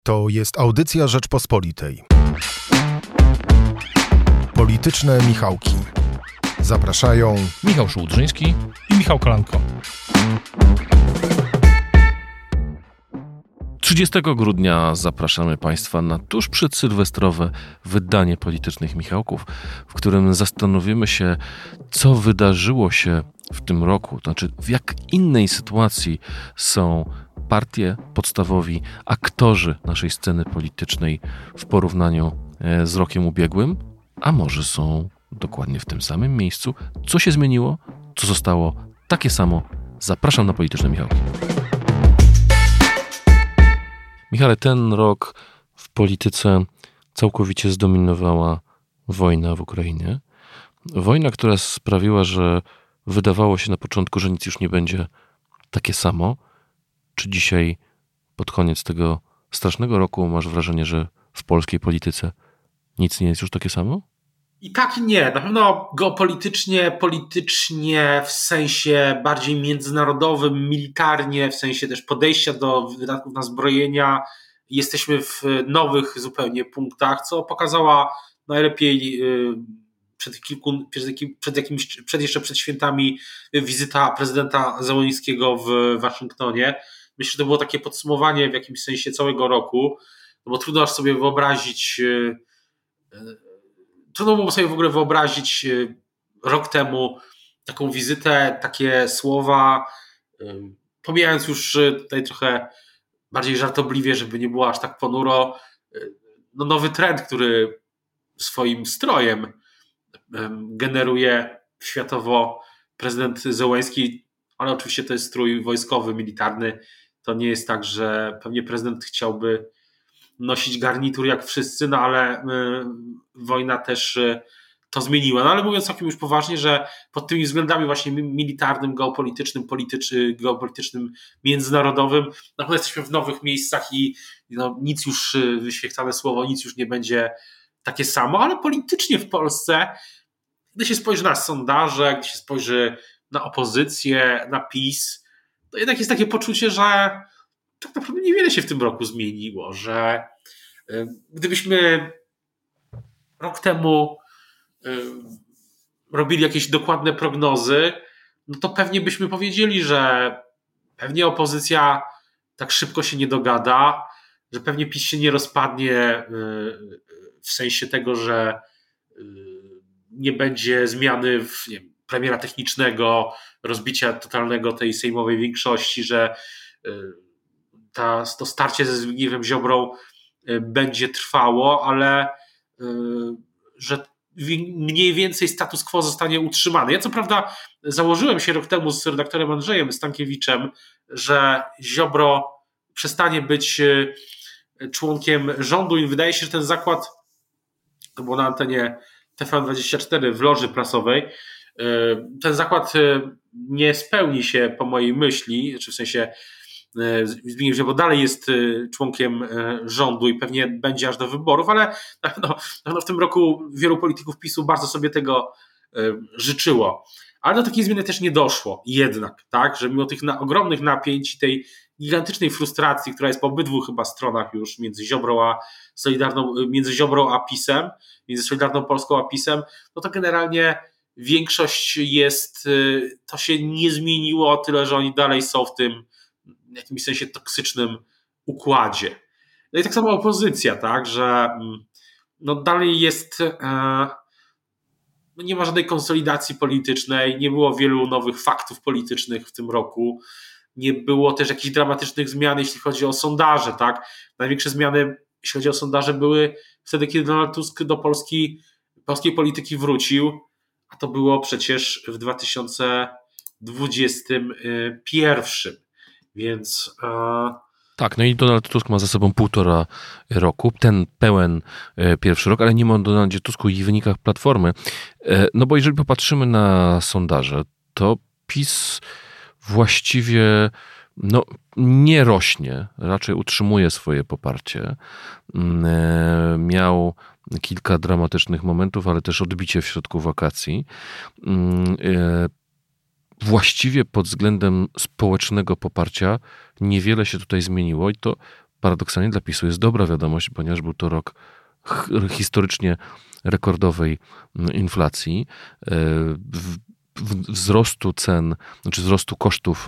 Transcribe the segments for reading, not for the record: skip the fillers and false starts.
To jest audycja Rzeczpospolitej. Polityczne Michałki. Zapraszają Michał Szułdrzyński i Michał Kolanko. 30 grudnia zapraszamy Państwa na tuż przedsylwestrowe wydanie Politycznych Michałków, w którym zastanowimy się, co wydarzyło się w tym roku, to znaczy w jak innej sytuacji są partie, podstawowi aktorzy naszej sceny politycznej w porównaniu z rokiem ubiegłym, a może są dokładnie w tym samym miejscu. Co się zmieniło? Co zostało takie samo? Zapraszam na Polityczne Michałki. Michale, ten rok w polityce całkowicie zdominowała wojna w Ukrainie. Wojna, która sprawiła, że wydawało się na początku, że nic już nie będzie takie samo. Czy dzisiaj, pod koniec tego strasznego roku, masz wrażenie, że w polskiej polityce nic nie jest już takie samo? I tak i nie. Na pewno politycznie w sensie bardziej międzynarodowym, militarnie, w sensie też podejścia do wydatków na zbrojenia. Jesteśmy w nowych zupełnie punktach, co pokazała najlepiej jeszcze przed świętami wizyta prezydenta Zełenskiego w Waszyngtonie. Myślę, że to było takie podsumowanie w jakimś sensie całego roku, no bo trudno sobie było sobie w ogóle wyobrazić rok temu taką wizytę, takie słowa, pomijając już tutaj trochę bardziej żartobliwie, żeby nie było aż tak ponuro, no nowy trend, który swoim strojem generuje światowo prezydent Zełenski, ale oczywiście to jest strój wojskowy, militarny. To nie jest tak, że pewnie prezydent chciałby nosić garnitur jak wszyscy, no ale wojna też to zmieniła. No ale mówiąc całkiem już poważnie, że pod tymi względami właśnie militarnym, geopolitycznym, międzynarodowym, na pewno jesteśmy w nowych miejscach i no, nic już, wyświetlane słowo, nic już nie będzie takie samo, ale politycznie w Polsce, gdy się spojrzy na sondaże, gdy się spojrzy na opozycję, na PiS, to jednak jest takie poczucie, że tak naprawdę niewiele się w tym roku zmieniło, że gdybyśmy rok temu robili jakieś dokładne prognozy, no to pewnie byśmy powiedzieli, że pewnie opozycja tak szybko się nie dogada, że pewnie PiS się nie rozpadnie w sensie tego, że nie będzie zmiany premiera technicznego, rozbicia totalnego tej sejmowej większości, że to starcie ze Zbigniewem Ziobrą będzie trwało, ale że mniej więcej status quo zostanie utrzymany. Ja co prawda założyłem się rok temu z redaktorem Andrzejem Stankiewiczem, że Ziobro przestanie być członkiem rządu i wydaje się, że ten zakład, to było na antenie TVN24 w loży prasowej, ten zakład nie spełni się po mojej myśli, czy w sensie Zbigniew Ziobro dalej jest członkiem rządu i pewnie będzie aż do wyborów, ale na pewno w tym roku wielu polityków PiS-u bardzo sobie tego życzyło. Ale do takiej zmiany też nie doszło jednak, tak, że mimo tych ogromnych napięć i tej gigantycznej frustracji, która jest po obydwu chyba stronach już między Ziobrą a PiS-em, między Solidarną Polską a PiS-em, no to generalnie większość to się nie zmieniło o tyle, że oni dalej są w tym w jakimś sensie toksycznym układzie. No i tak samo opozycja, tak, że no dalej jest nie ma żadnej konsolidacji politycznej, nie było wielu nowych faktów politycznych w tym roku, nie było też jakichś dramatycznych zmian, jeśli chodzi o sondaże, tak. Największe zmiany, jeśli chodzi o sondaże, były wtedy, kiedy Donald Tusk do polskiej polityki wrócił, a to było przecież w 2021. Więc tak, no i Donald Tusk ma za sobą 1,5 roku, ten pełen pierwszy rok, ale nie ma o Donaldzie Tusku i wynikach Platformy. No bo jeżeli popatrzymy na sondaże, to PiS właściwie nie rośnie, raczej utrzymuje swoje poparcie. Miał kilka dramatycznych momentów, ale też odbicie w środku wakacji. Właściwie pod względem społecznego poparcia niewiele się tutaj zmieniło i to paradoksalnie dla PiS-u jest dobra wiadomość, ponieważ był to rok historycznie rekordowej inflacji, wzrostu cen, znaczy wzrostu kosztów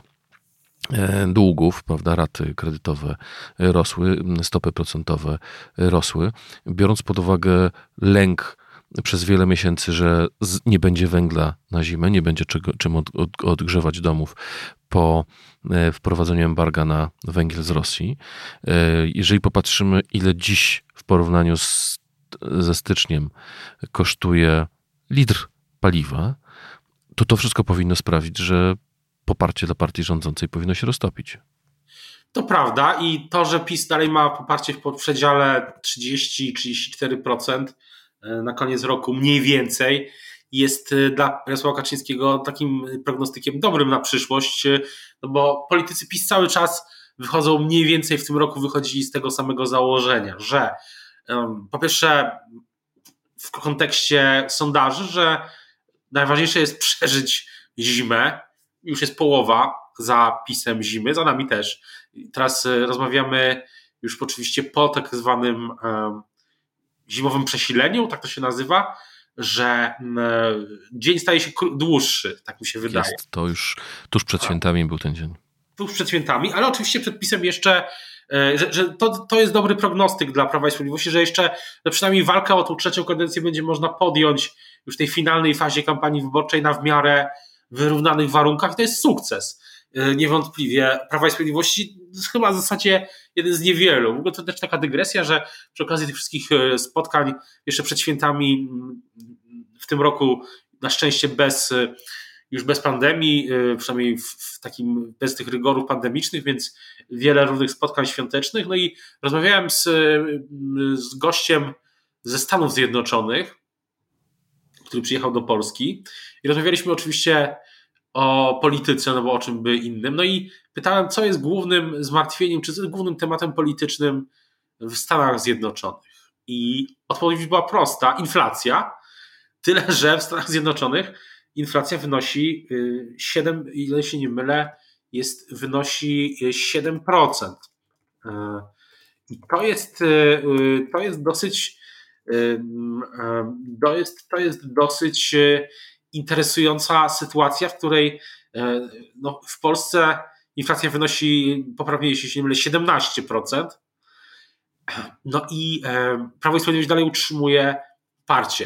długów, prawda, raty kredytowe rosły, stopy procentowe rosły, biorąc pod uwagę lęk przez wiele miesięcy, że nie będzie węgla na zimę, nie będzie czym odgrzewać domów po wprowadzeniu embarga na węgiel z Rosji. Jeżeli popatrzymy, ile dziś w porównaniu ze styczniem kosztuje litr paliwa, to wszystko powinno sprawić, że poparcie dla partii rządzącej powinno się roztopić. To prawda i to, że PiS dalej ma poparcie w przedziale 30-34% na koniec roku mniej więcej, jest dla Jarosława Kaczyńskiego takim prognostykiem dobrym na przyszłość, no bo politycy PiS cały czas wychodzą mniej więcej w tym roku, wychodzili z tego samego założenia, że po pierwsze w kontekście sondaży, że najważniejsze jest przeżyć zimę, już jest połowa za PiS-em zimy, za nami też. Teraz rozmawiamy już oczywiście po tak zwanym zimowym przesileniu, tak to się nazywa, że dzień staje się dłuższy, tak mi się wydaje. Jest to już tuż przed świętami był ten dzień. Tuż przed świętami, ale oczywiście przed PiS-em jeszcze, że to jest dobry prognostyk dla Prawa i Sprawiedliwości, że jeszcze przynajmniej walkę o tą trzecią kadencję będzie można podjąć już w tej finalnej fazie kampanii wyborczej na w miarę wyrównanych warunkach. To jest sukces. Niewątpliwie Prawa i Sprawiedliwości chyba w zasadzie jeden z niewielu. W ogóle to też taka dygresja, że przy okazji tych wszystkich spotkań jeszcze przed świętami w tym roku na szczęście już bez pandemii, przynajmniej w takim, bez tych rygorów pandemicznych, więc wiele różnych spotkań świątecznych. No i rozmawiałem z gościem ze Stanów Zjednoczonych, który przyjechał do Polski i rozmawialiśmy oczywiście o polityce, no bo o czym by innym. No i pytałem, co jest głównym zmartwieniem, czy co jest głównym tematem politycznym w Stanach Zjednoczonych. I odpowiedź była prosta. Inflacja. Tyle, że w Stanach Zjednoczonych inflacja wynosi 7, ile się nie mylę, wynosi 7%. I to jest dosyć interesująca sytuacja, w której w Polsce inflacja wynosi, poprawnie jeśli się nie mylę, 17%. No i Prawo i Sprawiedliwość dalej utrzymuje parcie.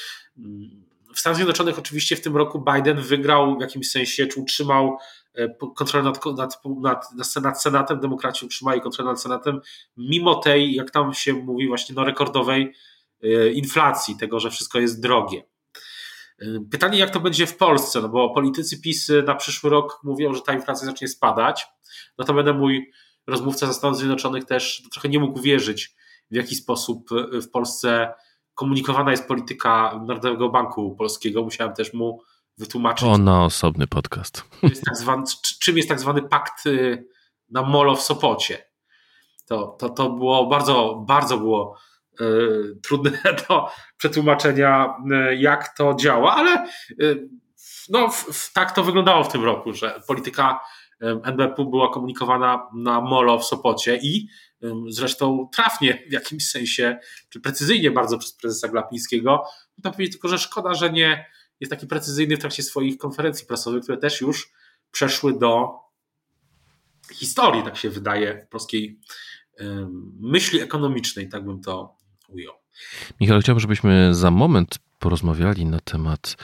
W Stanach Zjednoczonych oczywiście w tym roku Biden wygrał w jakimś sensie, czy utrzymał kontrolę nad Senatem, demokraci utrzymali kontrolę nad Senatem, mimo tej, jak tam się mówi, właśnie rekordowej inflacji, tego, że wszystko jest drogie. Pytanie, jak to będzie w Polsce, no bo politycy PiS na przyszły rok mówią, że ta inflacja zacznie spadać. Notabene mój rozmówca ze Stanów Zjednoczonych też trochę nie mógł wierzyć, w jaki sposób w Polsce komunikowana jest polityka Narodowego Banku Polskiego. Musiałem też mu wytłumaczyć. To na osobny podcast. Czym jest tak zwany pakt na molo w Sopocie. To było bardzo było trudne do przetłumaczenia, jak to działa, ale tak to wyglądało w tym roku, że polityka NBP była komunikowana na molo w Sopocie i zresztą trafnie w jakimś sensie, czy precyzyjnie bardzo przez prezesa Glapińskiego. Można powiedzieć tylko, że szkoda, że nie jest taki precyzyjny w trakcie swoich konferencji prasowych, które też już przeszły do historii, tak się wydaje, polskiej myśli ekonomicznej, tak bym to ujął. Michał, chciałbym, żebyśmy za moment porozmawiali na temat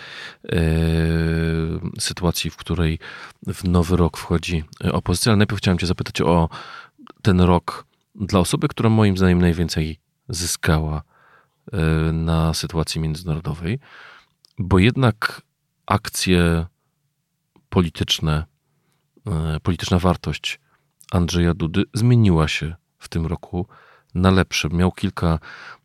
sytuacji, w której w nowy rok wchodzi opozycja, ale najpierw chciałem cię zapytać o ten rok dla osoby, która moim zdaniem najwięcej zyskała na sytuacji międzynarodowej, bo jednak akcje polityczne, polityczna wartość Andrzeja Dudy zmieniła się w tym roku na lepsze. Miał kilka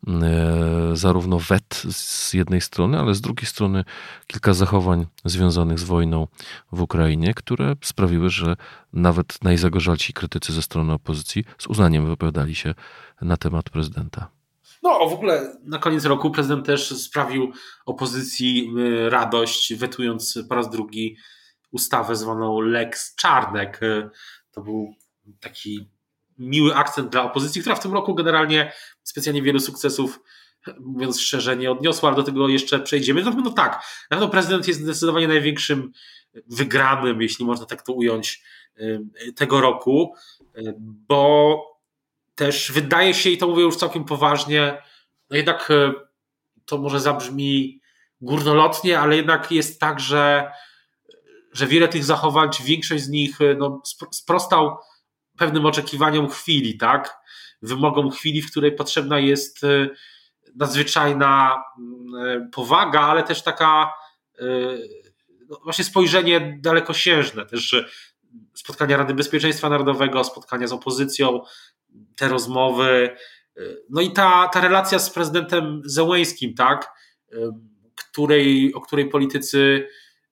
zarówno wet z jednej strony, ale z drugiej strony kilka zachowań związanych z wojną w Ukrainie, które sprawiły, że nawet najzagorzalsi krytycy ze strony opozycji z uznaniem wypowiadali się na temat prezydenta. No, w ogóle na koniec roku prezydent też sprawił opozycji radość, wetując po raz drugi ustawę zwaną Lex Czarnek. To był taki miły akcent dla opozycji, która w tym roku generalnie specjalnie wielu sukcesów, mówiąc szczerze, nie odniosła, ale do tego jeszcze przejdziemy. Na pewno tak, na pewno prezydent jest zdecydowanie największym wygranym, jeśli można tak to ująć, tego roku, bo też wydaje się, i to mówię już całkiem poważnie, no jednak to może zabrzmi górnolotnie, ale jednak jest tak, że wiele tych zachowań, czy większość z nich sprostał pewnym oczekiwaniom chwili, tak? Wymogom chwili, w której potrzebna jest nadzwyczajna powaga, ale też taka właśnie spojrzenie dalekosiężne, też spotkania Rady Bezpieczeństwa Narodowego, spotkania z opozycją, te rozmowy, no i ta relacja z prezydentem Zełeńskim, tak? O której politycy,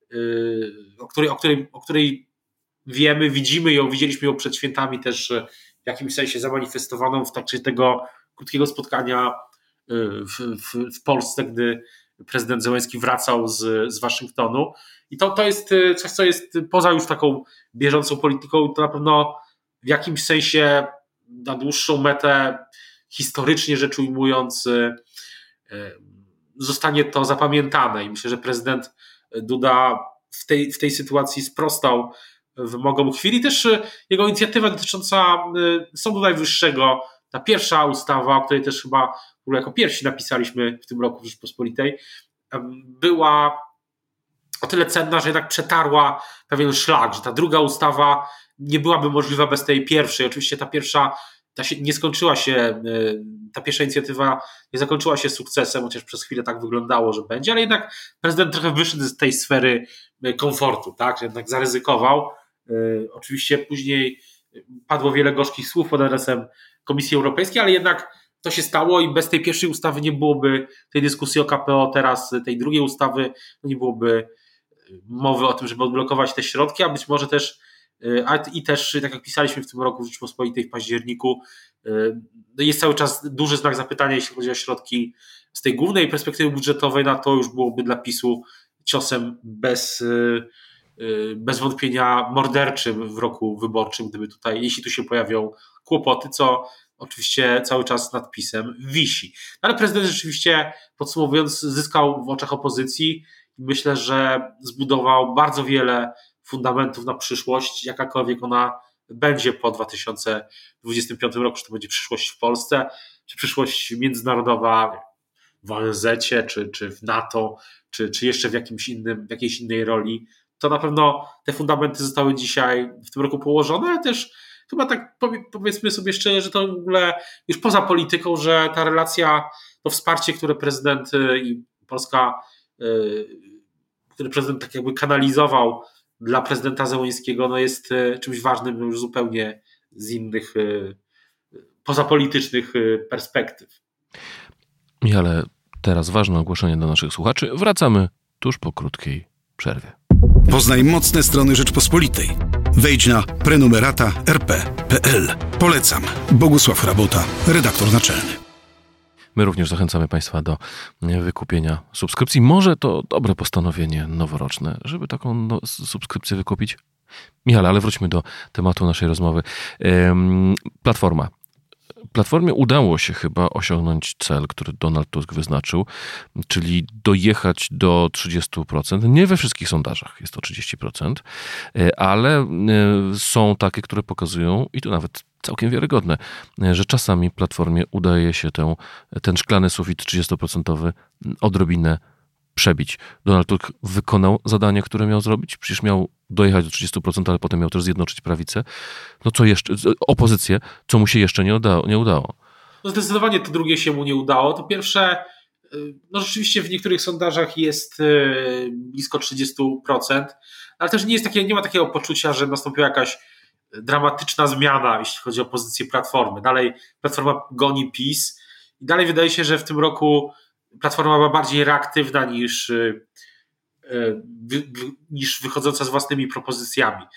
o której wiemy, widzimy ją, widzieliśmy ją przed świętami też w jakimś sensie zamanifestowaną w trakcie tego krótkiego spotkania w Polsce, gdy prezydent Zełeński wracał z Waszyngtonu. I to jest coś, co jest poza już taką bieżącą polityką, to na pewno w jakimś sensie na dłuższą metę, historycznie rzecz ujmując, zostanie to zapamiętane. I myślę, że prezydent Duda w tej sytuacji sprostał wymogom chwili. Też jego inicjatywa dotycząca Sądu Najwyższego, ta pierwsza ustawa, o której też chyba jako pierwsi napisaliśmy w tym roku w Rzeczypospolitej, była o tyle cenna, że jednak przetarła pewien szlak, że ta druga ustawa nie byłaby możliwa bez tej pierwszej. Oczywiście ta pierwsza nie skończyła się, ta pierwsza inicjatywa nie zakończyła się sukcesem, chociaż przez chwilę tak wyglądało, że będzie, ale jednak prezydent trochę wyszedł z tej sfery komfortu, tak, że jednak zaryzykował. Oczywiście później padło wiele gorzkich słów pod adresem Komisji Europejskiej, ale jednak to się stało i bez tej pierwszej ustawy nie byłoby tej dyskusji o KPO, teraz tej drugiej ustawy, nie byłoby mowy o tym, żeby odblokować te środki, a być może też i też, tak jak pisaliśmy w tym roku w Rzeczypospolitej w październiku, jest cały czas duży znak zapytania, jeśli chodzi o środki z tej głównej perspektywy budżetowej, na to już byłoby dla PiS-u ciosem bez wątpienia morderczym w roku wyborczym, jeśli tu się pojawią kłopoty, co oczywiście cały czas nad PiS-em wisi. Ale prezydent rzeczywiście, podsumowując, zyskał w oczach opozycji i myślę, że zbudował bardzo wiele fundamentów na przyszłość, jakakolwiek ona będzie po 2025 roku, czy to będzie przyszłość w Polsce, czy przyszłość międzynarodowa w ONZ-cie, czy w NATO, czy jeszcze w jakiejś innej roli. To na pewno te fundamenty zostały dzisiaj w tym roku położone, ale też chyba tak powiedzmy sobie szczerze, że to w ogóle już poza polityką, że ta relacja, to wsparcie, które prezydent i Polska, które prezydent tak jakby kanalizował dla prezydenta Zełeńskiego, no jest czymś ważnym już zupełnie z innych pozapolitycznych perspektyw. Ale teraz ważne ogłoszenie dla naszych słuchaczy. Wracamy tuż po krótkiej przerwie. Poznaj mocne strony Rzeczpospolitej. Wejdź na prenumerata.rp.pl. Polecam. Bogusław Rabota, redaktor naczelny. My również zachęcamy Państwa do wykupienia subskrypcji. Może to dobre postanowienie noworoczne, żeby taką subskrypcję wykupić. Michale, ale wróćmy do tematu naszej rozmowy. Platforma. Platformie udało się chyba osiągnąć cel, który Donald Tusk wyznaczył, czyli dojechać do 30%. Nie we wszystkich sondażach jest to 30%, ale są takie, które pokazują, i to nawet całkiem wiarygodne, że czasami Platformie udaje się ten szklany sufit 30% odrobinę przebić. Donald Tusk wykonał zadanie, które miał zrobić. Przecież miał dojechać do 30%, ale potem miał też zjednoczyć prawicę. No co jeszcze? Opozycję, co mu się jeszcze nie udało. No zdecydowanie to drugie się mu nie udało. To pierwsze, no rzeczywiście w niektórych sondażach jest blisko 30%, ale też nie ma takiego poczucia, że nastąpiła jakaś dramatyczna zmiana, jeśli chodzi o pozycję Platformy. Dalej Platforma goni PiS i dalej wydaje się, że w tym roku Platforma była bardziej reaktywna niż wychodząca z własnymi propozycjami.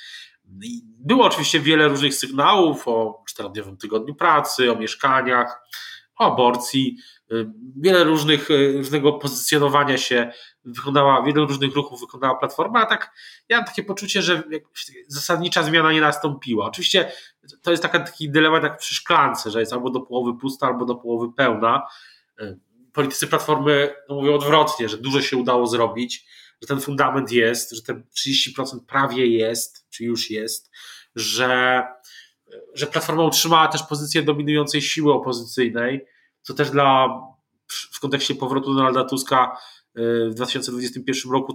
Było oczywiście wiele różnych sygnałów o 4-dniowym tygodniu pracy, o mieszkaniach, o aborcji, wiele różnego pozycjonowania się wykonała, wiele różnych ruchów wykonała Platforma, a tak ja mam takie poczucie, że zasadnicza zmiana nie nastąpiła. Oczywiście to jest taki dylemat jak przy szklance, że jest albo do połowy pusta, albo do połowy pełna. Politycy Platformy mówią odwrotnie, że dużo się udało zrobić, że ten fundament jest, że te 30% prawie jest, czy już jest, że Platforma utrzymała też pozycję dominującej siły opozycyjnej, co też w kontekście powrotu Donalda Tuska w 2021 roku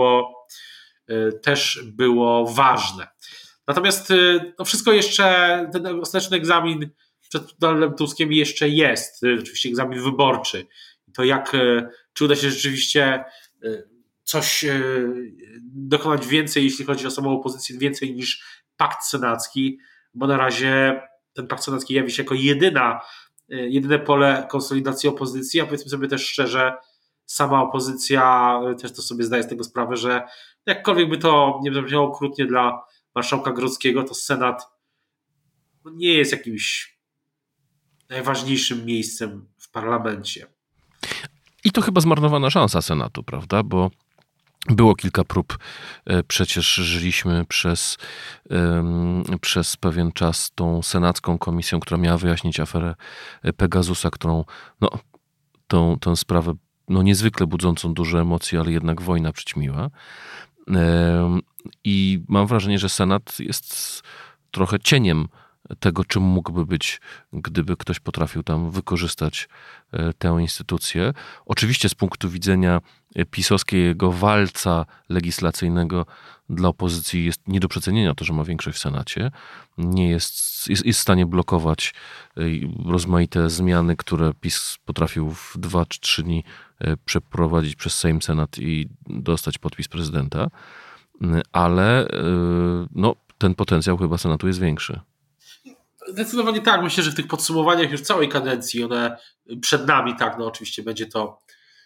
też było ważne. Natomiast wszystko jeszcze, ten ostateczny egzamin przed Donaldem Tuskiem jeszcze jest, oczywiście egzamin wyborczy. To czy uda się rzeczywiście coś dokonać więcej, jeśli chodzi o samą opozycję, więcej niż pakt senacki, bo na razie ten pakt senacki jawi się jako jedyne pole konsolidacji opozycji, a powiedzmy sobie też szczerze, sama opozycja też to sobie zdaje z tego sprawę, że jakkolwiek by to nie brzmiało okrutnie dla marszałka Grodzkiego, to Senat nie jest jakimś najważniejszym miejscem w parlamencie. I to chyba zmarnowana szansa Senatu, prawda? Bo było kilka prób, przecież żyliśmy przez pewien czas tą senacką komisją, która miała wyjaśnić aferę Pegasusa, którą tę sprawę niezwykle budzącą duże emocje, ale jednak wojna przyćmiła. I mam wrażenie, że Senat jest trochę cieniem tego, czym mógłby być, gdyby ktoś potrafił tam wykorzystać tę instytucję. Oczywiście z punktu widzenia pisowskiego walca legislacyjnego dla opozycji jest nie do przecenienia to, że ma większość w Senacie. Nie jest w stanie blokować rozmaite zmiany, które PiS potrafił w 2 czy 3 dni przeprowadzić przez Sejm, Senat i dostać podpis prezydenta. Ale ten potencjał chyba Senatu jest większy. Zdecydowanie tak. Myślę, że w tych podsumowaniach już całej kadencji, one przed nami, tak, oczywiście będzie to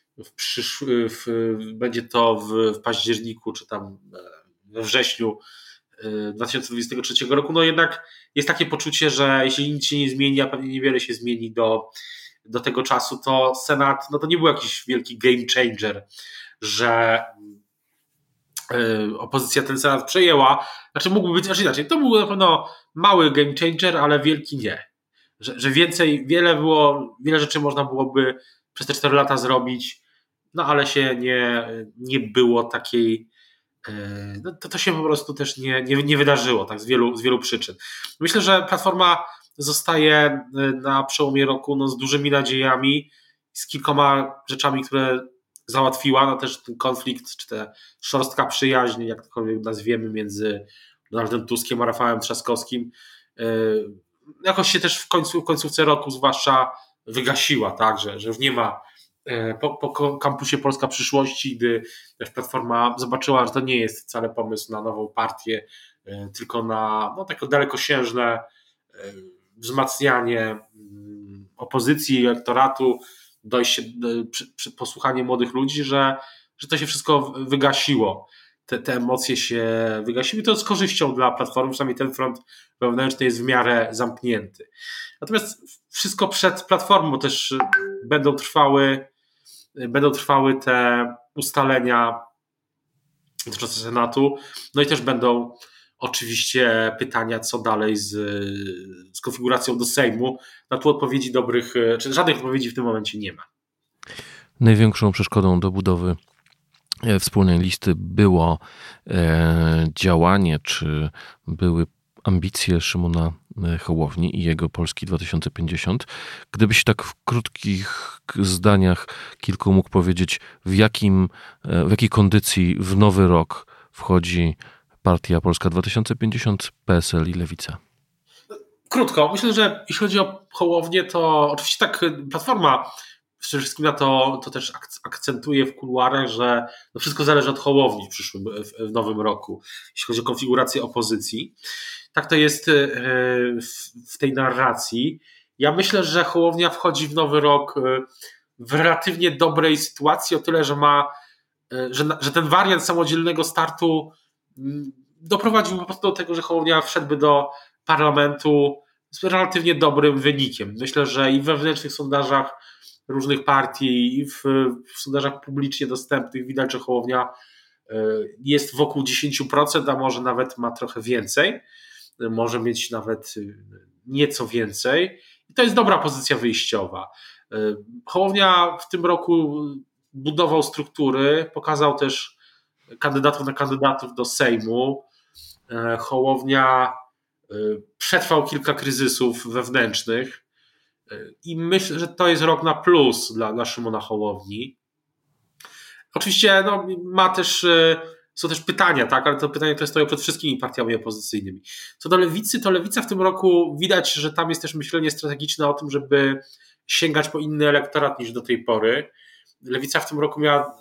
w październiku, czy tam we wrześniu 2023 roku. Jednak jest takie poczucie, że jeśli nic się nie zmieni, a pewnie niewiele się zmieni do tego czasu, to Senat, to nie był jakiś wielki game changer, że opozycja ten Senat przejęła. Mógłby być inaczej. To był na pewno mały game changer, ale wielki nie. Że wiele rzeczy można byłoby przez te 4 lata zrobić, ale się nie było takiej. To się po prostu też nie wydarzyło, tak, z wielu przyczyn. Myślę, że Platforma zostaje na przełomie roku z dużymi nadziejami, z kilkoma rzeczami, które załatwiła, też ten konflikt, czy ta szorstka przyjaźń, jakkolwiek nazwiemy, między Donaldem Tuskiem a Rafałem Trzaskowskim, jakoś się też w końcówce roku zwłaszcza wygasiła, tak, że już nie ma po kampusie Polska Przyszłości, gdy też Platforma zobaczyła, że to nie jest wcale pomysł na nową partię, tylko na takie dalekosiężne wzmacnianie opozycji, elektoratu, dojście, posłuchanie młodych ludzi, że to się wszystko wygasiło. Te emocje się wygasiły. To z korzyścią dla Platformy, przynajmniej ten front wewnętrzny jest w miarę zamknięty. Natomiast wszystko przed Platformą też będą trwały te ustalenia dotyczące Senatu. I też będą oczywiście pytania, co dalej z konfiguracją do Sejmu. Na tu odpowiedzi czy żadnych odpowiedzi w tym momencie nie ma. Największą przeszkodą do budowy wspólnej listy było działanie, czy były ambicje Szymona Hołowni i jego Polski 2050. Gdybyś tak w krótkich zdaniach kilku mógł powiedzieć, w jakiej kondycji w nowy rok wchodzi Partia Polska 2050, PSL i Lewica? Krótko. Myślę, że jeśli chodzi o Hołownię, to oczywiście tak Platforma przede wszystkim na to też akcentuje w kuluarach, że wszystko zależy od Hołowni w nowym roku, jeśli chodzi o konfigurację opozycji. Tak to jest w tej narracji. Ja myślę, że Hołownia wchodzi w nowy rok w relatywnie dobrej sytuacji, o tyle, że ten wariant samodzielnego startu doprowadził po prostu do tego, że Hołownia wszedłby do parlamentu z relatywnie dobrym wynikiem. Myślę, że i we wewnętrznych sondażach różnych partii, i w sondażach publicznie dostępnych widać, że Hołownia jest wokół 10%, a może nawet ma trochę więcej. Może mieć nawet nieco więcej. I to jest dobra pozycja wyjściowa. Hołownia w tym roku budował struktury, pokazał też kandydatów do Sejmu. Hołownia przetrwał kilka kryzysów wewnętrznych i myślę, że to jest rok na plus dla Szymona Hołowni. Oczywiście są też pytania, tak, ale to pytania, które stoją przed wszystkimi partiami opozycyjnymi. Co do Lewicy, to Lewica w tym roku widać, że tam jest też myślenie strategiczne o tym, sięgać po inny elektorat niż do tej pory. Lewica w tym roku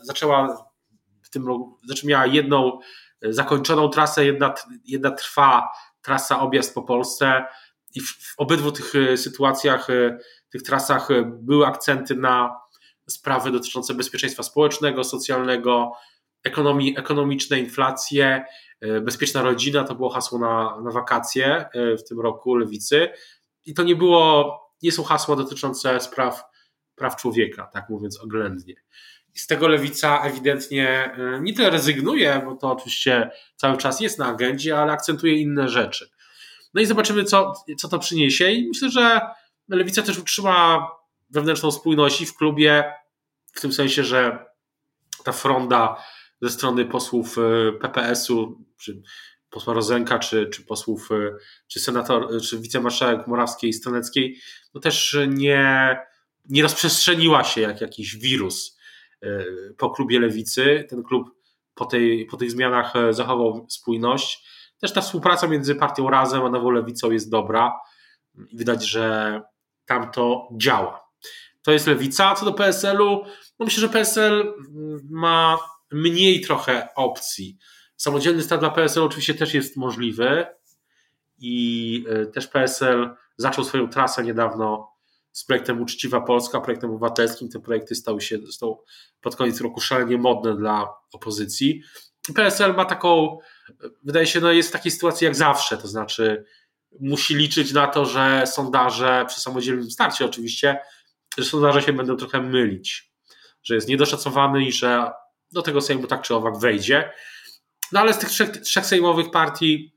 miała jedną zakończoną trasę, jedna trwa trasa objazd po Polsce i w obydwu tych sytuacjach, tych trasach były akcenty na sprawy dotyczące bezpieczeństwa społecznego, socjalnego, ekonomicznej, inflację, bezpieczna rodzina, to było hasło na wakacje w tym roku Lewicy i to nie są hasła dotyczące praw człowieka, tak mówiąc oględnie. I z tego Lewica ewidentnie nie tyle rezygnuje, bo to oczywiście cały czas jest na agendzie, ale akcentuje inne rzeczy. No i zobaczymy, co to przyniesie i myślę, że Lewica też utrzyma wewnętrzną spójność i w klubie, w tym sensie, że ta fronda ze strony posłów PPS-u, czy posła Rozenka, czy posłów, czy wicemarszałek Morawskiej i Staneckiej, no też nie rozprzestrzeniła się jak jakiś wirus po klubie Lewicy. Ten klub po tych zmianach zachował spójność. Też ta współpraca między partią Razem a Nową Lewicą jest dobra i widać, że tam to działa. To jest Lewica. Co do PSL-u, no myślę, że PSL ma mniej trochę opcji. Samodzielny start dla PSL oczywiście też jest możliwy i też PSL zaczął swoją trasę niedawno z projektem Uczciwa Polska, projektem obywatelskim. Te projekty stały pod koniec roku szalenie modne dla opozycji. PSL ma taką, wydaje się, jest w takiej sytuacji jak zawsze, to znaczy musi liczyć na to, że sondaże, przy samodzielnym starcie oczywiście, że sondaże się będą trochę mylić, że jest niedoszacowany i że do tego Sejmu tak czy owak wejdzie. No ale z tych trzech sejmowych partii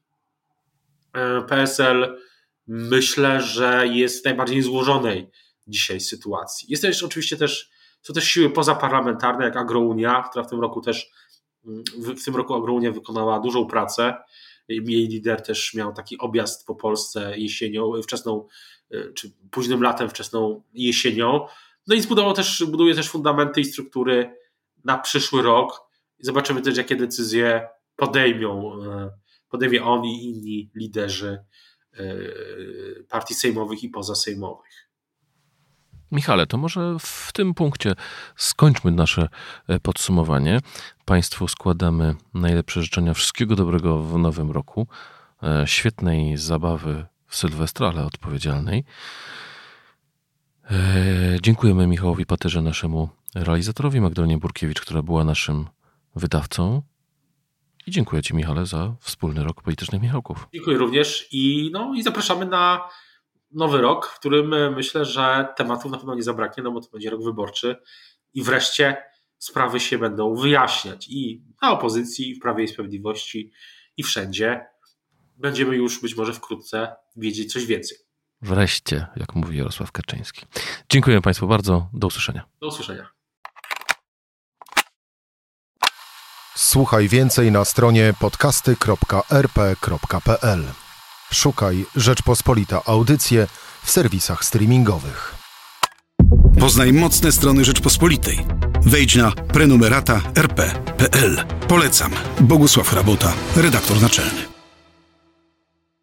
PSL myślę, że jest w najbardziej złożonej dzisiaj sytuacji. Są też siły pozaparlamentarne, jak Agrounia, która w tym roku Agrounia wykonała dużą pracę. Jej lider też miał taki objazd po Polsce jesienią, czy późnym latem, wczesną jesienią. No i buduje też fundamenty i struktury na przyszły rok. I zobaczymy też, jakie decyzje podejmie on i inni liderzy partii sejmowych i pozasejmowych. Michale, to może w tym punkcie skończmy nasze podsumowanie. Państwu składamy najlepsze życzenia, wszystkiego dobrego w nowym roku, świetnej zabawy w Sylwestra, ale odpowiedzialnej. Dziękujemy Michałowi Paterze, naszemu realizatorowi, Magdalenie Burkiewicz, która była naszym wydawcą. I dziękuję Ci, Michale, za wspólny rok Politycznych Michałków. Dziękuję również i zapraszamy na nowy rok, w którym myślę, że tematów na pewno nie zabraknie, bo to będzie rok wyborczy i wreszcie sprawy się będą wyjaśniać i na opozycji, i w Prawie i Sprawiedliwości, i wszędzie. Będziemy już być może wkrótce wiedzieć coś więcej. Wreszcie, jak mówi Jarosław Kaczyński. Dziękuję Państwu bardzo. Do usłyszenia. Do usłyszenia. Słuchaj więcej na stronie podcasty.rp.pl. Szukaj Rzeczpospolita Audycje w serwisach streamingowych. Poznaj mocne strony Rzeczpospolitej. Wejdź na prenumerata.rp.pl. Polecam. Bogusław Rabota, redaktor naczelny.